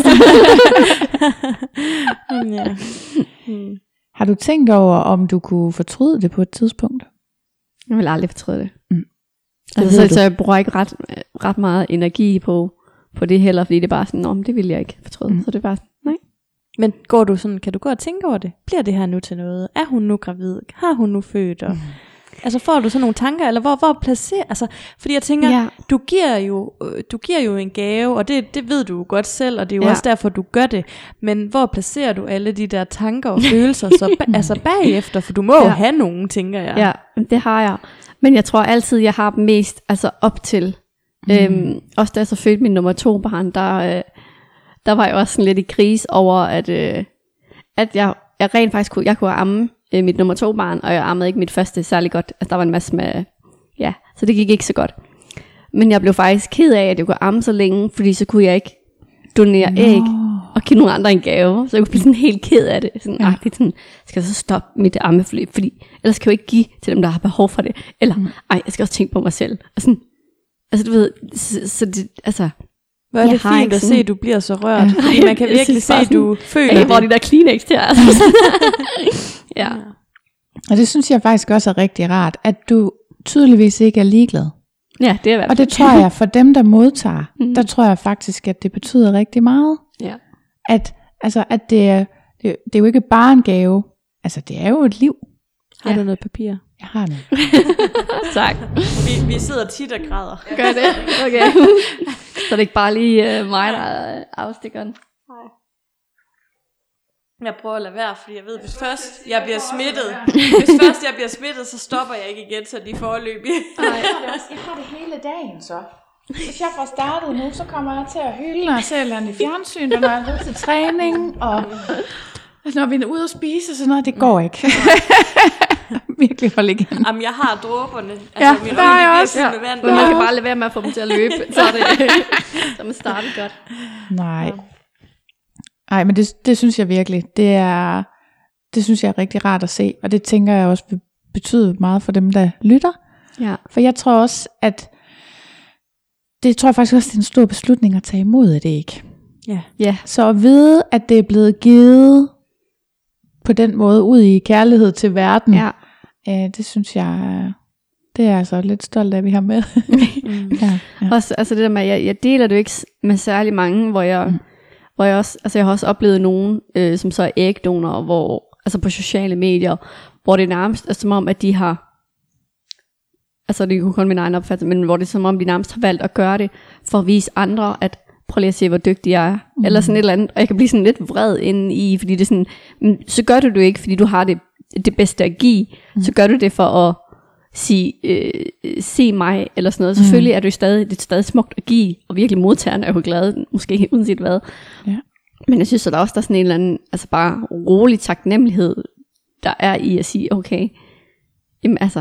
Har du tænkt over, om du kunne fortryde det på et tidspunkt? Jeg vil aldrig fortryde det. Altså, så jeg bruger ikke ret meget energi på det heller, fordi det er bare sådan, det vil jeg ikke fortryde. Så det er bare sådan, nej. Men går du sådan, kan du gå og tænke over det? Bliver det her nu til noget? Er hun nu gravid? Har hun nu født? Og, altså får du sådan nogle tanker, eller hvor placerer, altså, fordi jeg tænker, du giver jo en gave, og det ved du godt selv, og det er jo også derfor, du gør det, men hvor placerer du alle de der tanker og følelser, så altså bagefter, for du må jo have nogen, tænker jeg. Ja, det har jeg, men jeg tror altid, jeg har dem mest, altså op til, også da jeg så fødte min nummer 2 barn, der var jeg også sådan lidt i krise over, at jeg rent faktisk kunne amme mit nummer 2 barn, og jeg ammede ikke mit første særlig godt. Altså der var en masse med, så det gik ikke så godt. Men jeg blev faktisk ked af, at jeg kunne amme så længe, fordi så kunne jeg ikke donere æg og give nogle andre en gave. Så jeg kunne blive sådan helt ked af det. Sådan, sådan, skal jeg så stoppe mit ammeforløb, fordi ellers kan jeg jo ikke give til dem, der har behov for det. Eller, jeg skal også tænke på mig selv. Og sådan, altså du ved, så det, altså... Hvor er det fint at se, at du bliver så rørt. Fordi man kan virkelig se, at du føler det. Hvor de der Kleenex der. Altså. Ja. Og det synes jeg faktisk også er rigtig rart, at du tydeligvis ikke er ligeglad. Ja, det er i. Og det tror jeg, for dem, der modtager, der tror jeg faktisk, at det betyder rigtig meget. Ja. At det er jo ikke bare en gave. Altså, det er jo et liv. Har du noget papir? Jeg har noget. Tak. Vi sidder tit og græder. Gør det? Okay. Så det er ikke bare lige mig, der er afstikkeren. Nej. Jeg prøver at lade være, fordi jeg ved, hvis først jeg bliver smittet, så stopper jeg ikke igen, så de forløbig. Jeg har det hele dagen så. Hvis jeg får startet nu, så kommer jeg til at hylde, når jeg ser i fjernsyn, og når jeg er ved til træning, og når vi er ude at spise, så noget, det går ikke. Virkelig hold igen. Jamen, jeg har dråberne. Altså, min der er også. Med vand. Men man kan bare lade være med at få dem til at løbe, så er man startet godt. Nej, men det synes jeg virkelig, det synes jeg er rigtig rart at se, og det tænker jeg også vil betyde meget for dem, der lytter. Ja. For jeg tror også, at det tror jeg faktisk også, det er en stor beslutning at tage imod det, ikke? Ja. Så at vide, at det er blevet givet på den måde ud i kærlighed til verden, det synes jeg, det er jeg altså lidt stolt af, at vi har med. Også, altså det der med, jeg deler det jo ikke med særlig mange, hvor jeg også, altså jeg har også oplevet nogen, som så er ægdonorer, hvor, altså på sociale medier, hvor det nærmest er som om, at de har, altså det er jo kun min egen opfattelse, men hvor det er som om, de nærmest har valgt at gøre det, for at vise andre, at prøv lige at se, hvor dygtig jeg er, eller sådan et eller andet, og jeg kan blive sådan lidt vred inde i, fordi det er sådan, så gør du det jo ikke, fordi du har det bedste at give, så gør du det for at sige, se mig, eller sådan noget. Selvfølgelig er det er stadig smukt at give, og virkelig modtageren er jo glad, måske uanset hvad. Ja. Men jeg synes, at der også er sådan en eller anden, altså bare rolig taknemmelighed, der er i at sige, okay, jamen altså,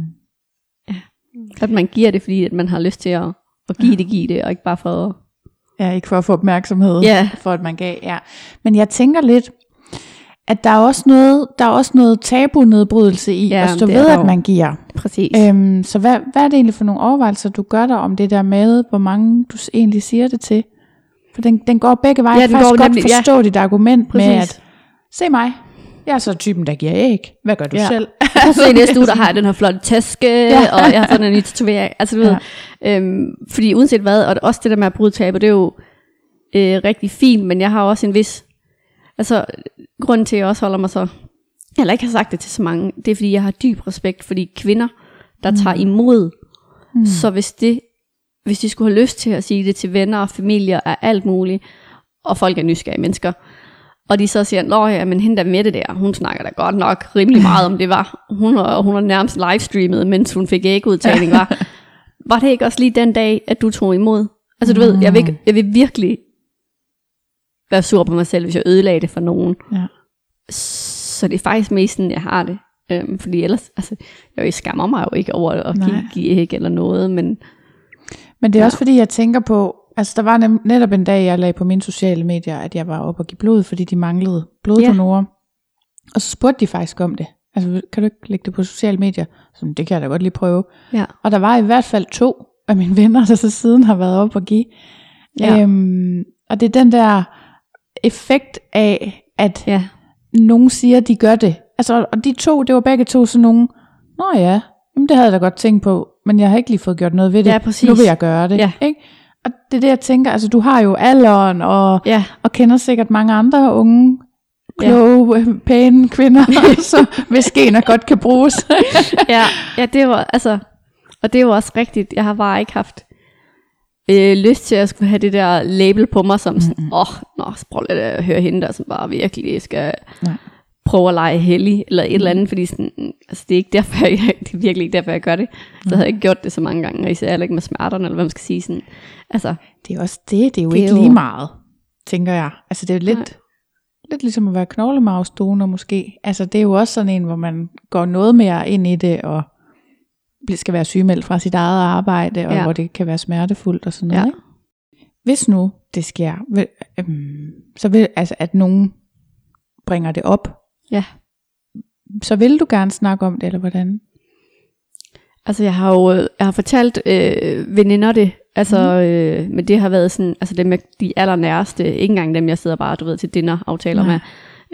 at man giver det, fordi at man har lyst til at give det, og ikke bare for at... Ja, ikke for at få opmærksomhed, for at man gav, Men jeg tænker lidt, at der er også noget tabunedbrydelse i at stå ved, at man giver. Præcis. Så hvad er det egentlig for nogle overvejelser, du gør der om det der med, hvor mange du egentlig siger det til? For den går begge veje. Jeg kan faktisk godt forstå dit argument med, at se mig, jeg er så typen, der giver æg. Hvad gør du selv? Så i næste uge, der har jeg den her flotte taske, og jeg har sådan en ny tatovering. Altså du ved, fordi uanset hvad, og også det der med at bryde tabu, det er jo rigtig fint, men jeg har også en vis, altså grunden til, at jeg også holder mig så, eller ikke har sagt det til så mange, det er fordi, jeg har dyb respekt for de kvinder, der tager imod. Så hvis de skulle have lyst til at sige det til venner og familier af alt muligt, og folk er nysgerrige mennesker, og de så siger, men hende der med det der, hun snakker da godt nok rimelig meget om det var. Hun har nærmest livestreamet, mens hun fik ægudtagning. Var det ikke også lige den dag, at du tog imod? Altså du ved, jeg vil virkelig være sur på mig selv, hvis jeg ødelagde det for nogen. Ja. Så det er faktisk mest sådan, jeg har det. Fordi ellers, altså, jeg skammer mig jo ikke over at give æg eller noget. Men det er også fordi, jeg tænker på, altså der var netop en dag, jeg lagde på mine sociale medier, at jeg var oppe og give blod, fordi de manglede bloddonorer. Og så spurgte de faktisk om det. Altså, kan du ikke lægge det på sociale medier? Så det kan jeg da godt lige prøve. Ja. Og der var i hvert fald 2 af mine venner, der så siden har været oppe og give. Ja. Og det er den der effekt af, at nogen siger, at de gør det. Altså, og de 2, det var begge 2 sådan nogen, jamen, det havde jeg da godt tænkt på, men jeg har ikke lige fået gjort noget ved det. Ja, præcis. Nu vil jeg gøre det. Ja. Ikke? Og det er det, jeg tænker, altså du har jo alderen, og kender sikkert mange andre unge kloge, pæne kvinder, hvis gener godt kan bruges. ja, det var altså, og det var også rigtigt. Jeg har bare ikke haft lyst til at skulle have det der label på mig, som sådan, prøv lige at høre hende, der som bare virkelig skal prøve at lege hellig, eller et eller andet, fordi sådan, altså, det er ikke derfor, det er virkelig ikke derfor, jeg gør det. Så havde jeg ikke gjort det så mange gange, og især heller ikke med smerterne, eller hvad man skal sige. Sådan. Altså, det er også det er jo ikke lige meget, tænker jeg. Altså det er jo lidt ligesom at være knoglemarvsdonor måske. Altså det er jo også sådan en, hvor man går noget mere ind i det, og skal være sygemeldt fra sit eget arbejde, og hvor det kan være smertefuldt og sådan noget. Ikke? Hvis nu det sker, så vil altså at nogen bringer det op, så vil du gerne snakke om det, eller hvordan? Altså jeg har fortalt veninder det, altså men det har været sådan, altså dem de allernæreste, ikke engang dem jeg sidder bare, til dinneraftaler med.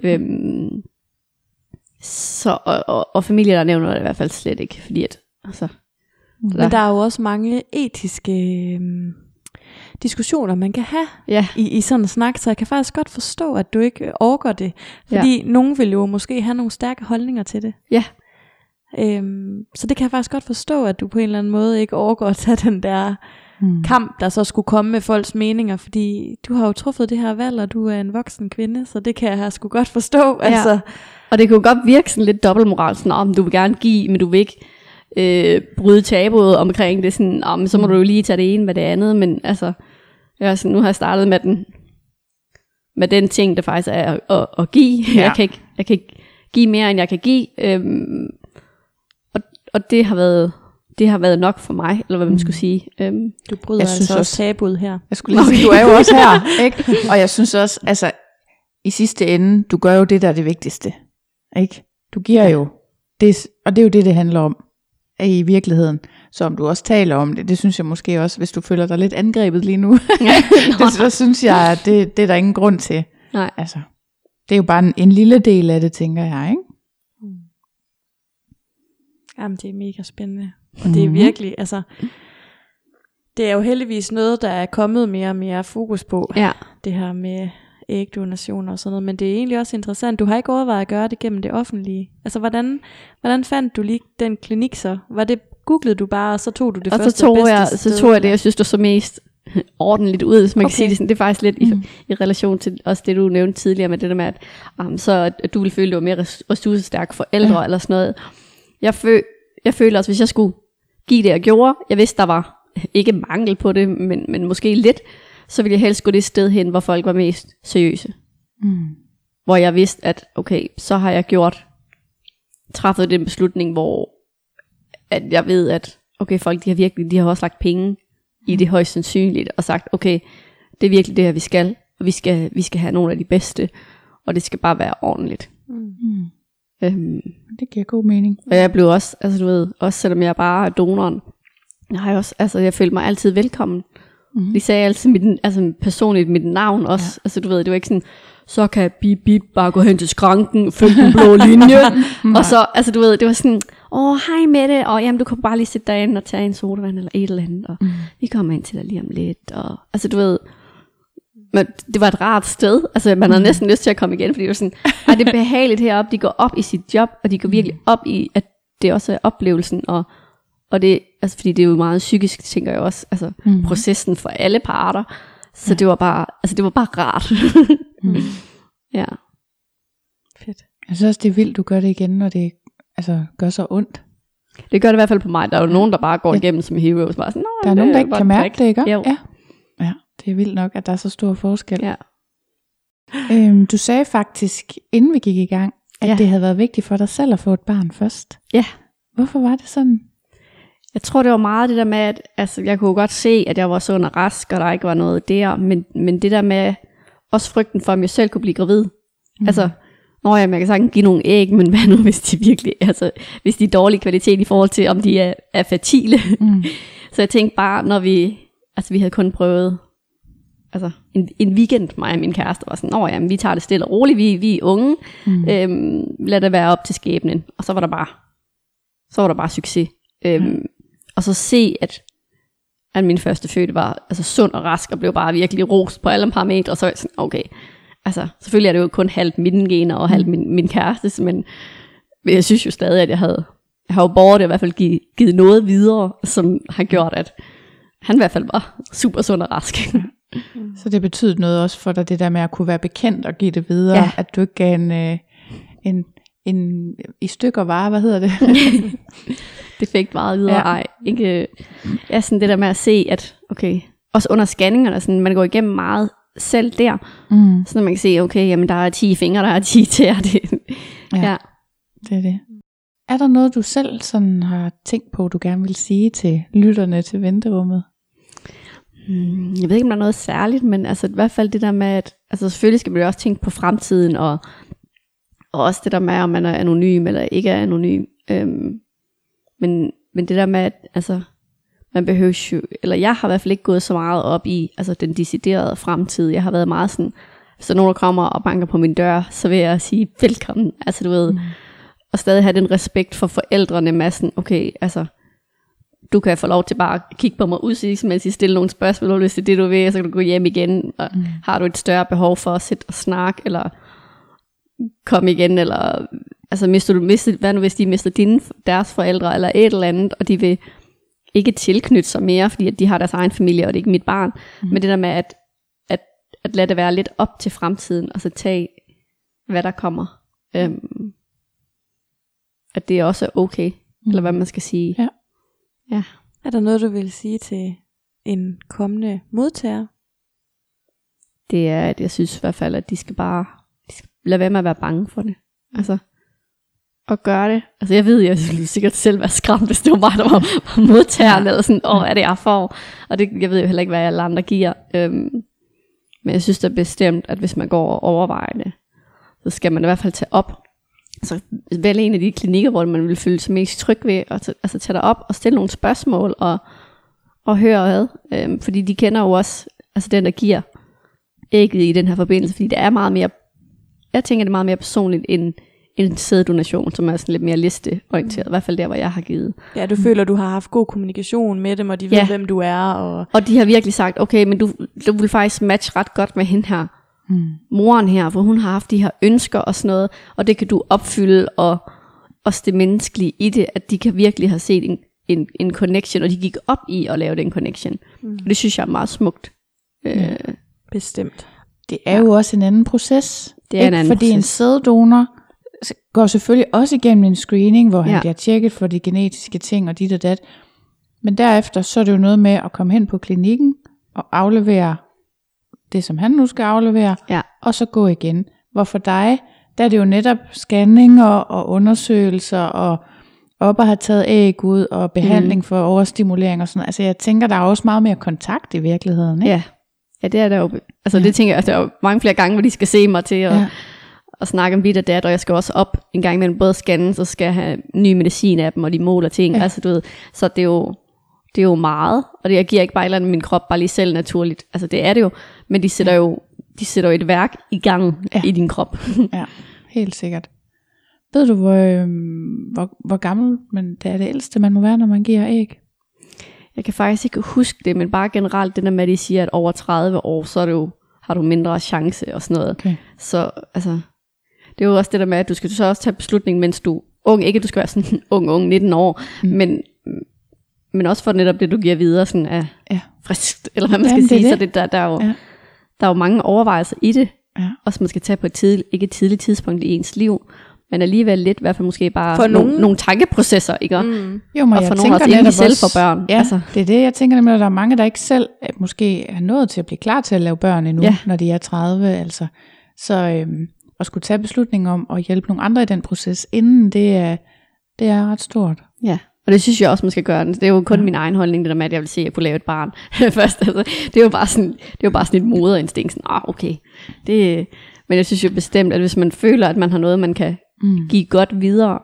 Så og familie der nævner det i hvert fald slet ikke, fordi at altså. Men der er jo også mange etiske diskussioner man kan have i sådan en snak, så jeg kan faktisk godt forstå at du ikke orker det, fordi nogen vil jo måske have nogle stærke holdninger til det. Ja. Så det kan jeg faktisk godt forstå, at du på en eller anden måde ikke overgår at tage den der kamp, der så skulle komme med folks meninger, fordi du har jo truffet det her valg, og du er en voksen kvinde, så det kan jeg sgu godt forstå. Altså. Og det kunne godt virke sådan lidt dobbeltmoral, sådan, om du vil gerne give, men du vil ikke bryde tabuet omkring det, sådan, så må du jo lige tage det ene med det andet, men altså, sådan, nu har jeg startet med den ting, der faktisk er at give. Jeg kan ikke give mere, end jeg kan give, og det har været nok for mig, eller hvad man skulle sige. Du bryder altså også tabuet her. Jeg skulle lige sige, du er jo også her, ikke? Og jeg synes også, altså, i sidste ende, du gør jo det, der er det vigtigste, ikke? Du giver jo det, og det er jo det handler om i virkeligheden. Så om du også taler om det synes jeg måske også, hvis du føler dig lidt angrebet lige nu, så synes jeg, at det er der ingen grund til. Nej. Altså, det er jo bare en lille del af det, tænker jeg, ikke? Jamen, det er mega spændende. Og det er virkelig, altså, det er jo heldigvis noget, der er kommet mere og mere fokus på. Det her med ægdonationer og sådan noget. Men det er egentlig også interessant. Du har ikke overvejet at gøre det gennem det offentlige. Altså, hvordan fandt du lige den klinik så? Var det, googlede du bare, og så tog du det og første og bedste sted? Så tog jeg det, jeg synes, det så mest ordentligt ud, hvis man kan sige det sådan. Det er faktisk lidt i relation til også det, du nævnte tidligere med det der med, at så at du ville føle, at du var mere ressourcestærk forældre eller sådan noget. Jeg føler også, hvis jeg skulle give det, jeg gjorde, jeg vidste, der var ikke mangel på det, men måske lidt, så ville jeg helst gå det sted hen, hvor folk var mest seriøse. Hvor jeg vidste, at okay, så har jeg træffet den beslutning, hvor at jeg ved, at okay, folk de har også lagt penge i det højst sandsynligt, og sagt, okay, det er virkelig det her, vi skal, og vi skal have nogle af de bedste, og det skal bare være ordentligt. Det giver god mening. Og jeg blev også, altså du ved, også selvom jeg bare er donoren, jeg følte mig altid velkommen. De sagde altid personligt mit navn også. Altså du ved, det var ikke sådan, så kan Bip bare gå hen til skranken, følge den blå linje. Og så, altså du ved, det var sådan, hej Mette, og jamen du kan bare lige sætte dig ind og tage en sodavand eller et eller andet, og vi kommer ind til dig lige om lidt. Og altså du ved, men det var et rart sted. Altså man havde næsten lyst til at komme igen, fordi det var sådan, det er behageligt heroppe. De går op i sit job, og de går virkelig op i, at det også er oplevelsen, og det, altså fordi det er jo meget psykisk, tænker jeg også, altså processen for alle parter. Så det var bare, rart. Ja. Fedt. Jeg synes også, det er vildt, du gør det igen, når det gør så ondt. Det gør det i hvert fald på mig. Der er jo nogen, der bare går igennem som heroes. Bare sådan, der er nogen, der ikke kan mærke det, ikke? Ja. Det er vildt nok, at der er så stor forskel. Ja. Du sagde faktisk, inden vi gik i gang, at det havde været vigtigt for dig selv at få et barn først. Ja. Hvorfor var det sådan? Jeg tror, det var meget det der med, at altså, jeg kunne godt se, at jeg var sund og rask, og der ikke var noget der. Men det der med, også frygten for, om jeg selv kunne blive gravid. Altså, jeg kan sagtens give nogle æg, men hvad nu, hvis de virkelig, altså, hvis de er dårlig kvalitet i forhold til, om de er fertile. Så jeg tænkte bare, når vi havde kun prøvet, altså en weekend, mig og min kæreste var sådan, vi tager det stille og roligt, vi er unge, lad det være op til skæbnen. Og så var der bare succes. Og så se, at min første fødte var altså sund og rask, og blev bare virkelig rost på alle parametre, og så var jeg sådan, okay, altså selvfølgelig er det jo kun halvt mine gener og halvt min kærestes, men jeg synes jo stadig, at jeg har jo båret det i hvert fald givet noget videre, som har gjort, at han i hvert fald var super sund og rask. Så det betyder noget også for dig, det der med at kunne være bekendt og give det videre, at du ikke gav en i stykker vare, hvad hedder det? Det fik meget videre, ikke, sådan det der med at se, at okay, også under scanningerne, sådan, man går igennem meget selv der, så når man kan se, okay, jamen der er 10 fingre, der er 10 tæer, det er det. Er der noget, du selv sådan har tænkt på, du gerne vil sige til lytterne til venterummet? Jeg ved ikke, om der er noget særligt, men altså i hvert fald det der med, at altså selvfølgelig skal man jo også tænke på fremtiden, og også det der med, om man er anonym eller ikke er anonym. Men det der med, at altså, man behøver jo, eller jeg har i hvert fald ikke gået så meget op i altså, den deciderede fremtid. Jeg har været meget sådan, hvis der er nogen, der kommer og banker på min dør, så vil jeg sige velkommen. Altså du ved, og stadig have den respekt for forældrene med sådan, okay, altså, du kan få lov til bare at kigge på mig udsigtsmæssigt, stille nogle spørgsmål, hvis det er det, du vil, så kan du gå hjem igen, og har du et større behov for at sidde og snakke, eller komme igen, eller altså hvad nu hvis de mister deres forældre, eller et eller andet, og de vil ikke tilknytte sig mere, fordi at de har deres egen familie, og det er ikke mit barn, men det der med at lade det være lidt op til fremtiden, og så tage, hvad der kommer, at det også er okay, eller hvad man skal sige. Ja. Er der noget, du vil sige til en kommende modtager? Det er, at jeg synes i hvert fald, at de skal lade være med at være bange for det. Altså, og gøre det. Altså jeg ved, jeg ville sikkert selv være skræmt, hvis det var mig, der var modtageren, eller sådan, hvad er det, jeg får? Og det, jeg ved jo heller ikke, hvad alle andre giver. Men jeg synes da bestemt, at hvis man går og overvejer det, så skal man i hvert fald tage op. Altså vælge en af de klinikker, hvor man vil føle sig mest tryg ved, og tage dig op og stille nogle spørgsmål, og høre hvad. Fordi de kender jo også, altså den, der giver ægget i den her forbindelse, fordi det er meget mere, jeg tænker, det er meget mere personligt end en sæddonation, som er sådan lidt mere listeorienteret, i hvert fald der, hvor jeg har givet. Ja, du føler, du har haft god kommunikation med dem, og de ved, hvem du er. Og de har virkelig sagt, okay, men du vil faktisk matche ret godt med hende her, moren her, for hun har haft de her ønsker og sådan noget, og det kan du opfylde, og også det menneskelige i det, at de kan virkelig have set en connection, og de gik op i at lave den connection. Og det synes jeg er meget smukt. Bestemt. Det er jo også en anden proces. Det er en anden fordi proces. En sæddonor går selvfølgelig også igennem en screening, hvor han bliver tjekket for de genetiske ting og dit og dat. Men derefter så er det jo noget med at komme hen på klinikken og aflevere det, som han nu skal aflevere, og så gå igen. Hvor for dig, der er det jo netop scanninger og undersøgelser og op at have taget æg ud og behandling for overstimulering og sådan noget. Altså jeg tænker, der er også meget mere kontakt i virkeligheden, ikke? Ja, det er der jo. Altså det tænker jeg, altså, der er jo mange flere gange, hvor de skal se mig til og snakke om dit og dat, og jeg skal også op en gang imellem både scanne, så skal jeg have ny medicin af dem, og de måler ting. Altså du ved, så det er jo meget, og det giver ikke bare et eller andet min krop bare lige selv naturligt. Altså det er det jo, men de sætter jo et værk i gang i din krop. Ja, helt sikkert. Ved du, hvor gammel det er det ældste, man må være, når man giver æg? Jeg kan faktisk ikke huske det, men bare generelt det der med, at de siger, at over 30 år, så er det jo, har du mindre chance og sådan noget. Okay. Så altså, det er jo også det der med, at du skal så også tage beslutning, mens du er ung. Ikke at du skal være sådan ung, 19 år, men også for netop det, du giver videre, sådan friskt, eller hvad man skal sige. Det. Så der er jo mange overvejelser i det, også man skal tage på ikke et tidligt tidspunkt i ens liv, men alligevel lidt, i hvert fald måske bare nogle tankeprocesser, ikke? Jo, men og for jeg nogle også egentlig selv for børn. Ja, altså. Det er det, jeg tænker nemlig, at der er mange, der ikke selv måske er nået til at blive klar til at lave børn endnu, når de er 30, altså. Så at skulle tage beslutningen om at hjælpe nogle andre i den proces, inden det er ret stort. Ja, og det synes jeg også, man skal gøre. Det er jo kun min egen holdning, det der med, at jeg vil se, at jeg kunne lave et barn først. Altså, det er jo bare sådan et moderinstinkt, sådan, okay. Men jeg synes jo bestemt, at hvis man føler, at man har noget, man kan give godt videre,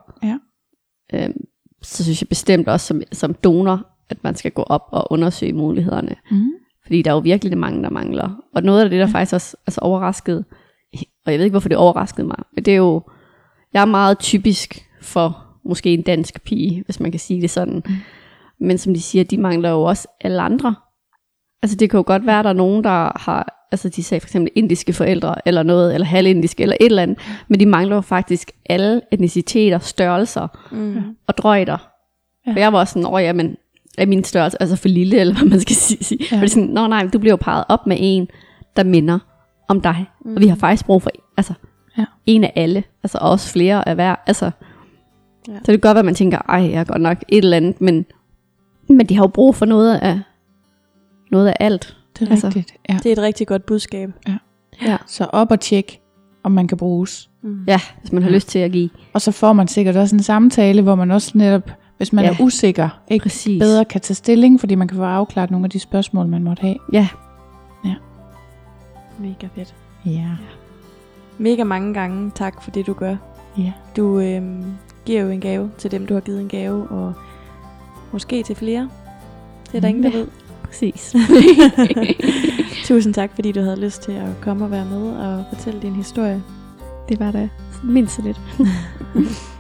så synes jeg bestemt også som donor, at man skal gå op og undersøge mulighederne. Fordi der er jo virkelig det mange, der mangler. Og noget af det, der faktisk også altså overraskede, og jeg ved ikke, hvorfor det overraskede mig, men det er jo, jeg er meget typisk for måske en dansk pige, hvis man kan sige det sådan. Men som de siger, de mangler jo også alle andre. Altså det kan jo godt være, at der er nogen, der har, altså de sagde for eksempel indiske forældre, eller noget, eller halvindiske, eller et eller andet, men de mangler jo faktisk alle etniciteter, størrelser og drøjder. Ja. For jeg var også sådan, jamen, er min størrelse altså for lille, eller hvad man skal sige. Ja. For sådan, nej, du bliver jo parret op med en, der minder om dig. Og vi har faktisk brug for, altså, en af alle, altså også flere af hver, altså. Ja. Så det kan godt være, at man tænker, jeg er godt nok et eller andet, men de har jo brug for noget af alt. Det er rigtigt. Ja. Det er et rigtig godt budskab. Ja. Så op og tjek, om man kan bruges. Ja, hvis man har lyst til at give. Og så får man sikkert også en samtale, hvor man også netop, hvis man er usikker, ikke bedre kan tage stilling, fordi man kan få afklaret nogle af de spørgsmål, man måtte have. Ja. Mega fedt. Ja. Mega mange gange tak for det, du gør. Ja. Du giver jo en gave til dem, du har givet en gave, og måske til flere. Det er der ingen, der ved. Præcis. Tusind tak, fordi du havde lyst til at komme og være med og fortælle din historie. Det var da mindst så lidt.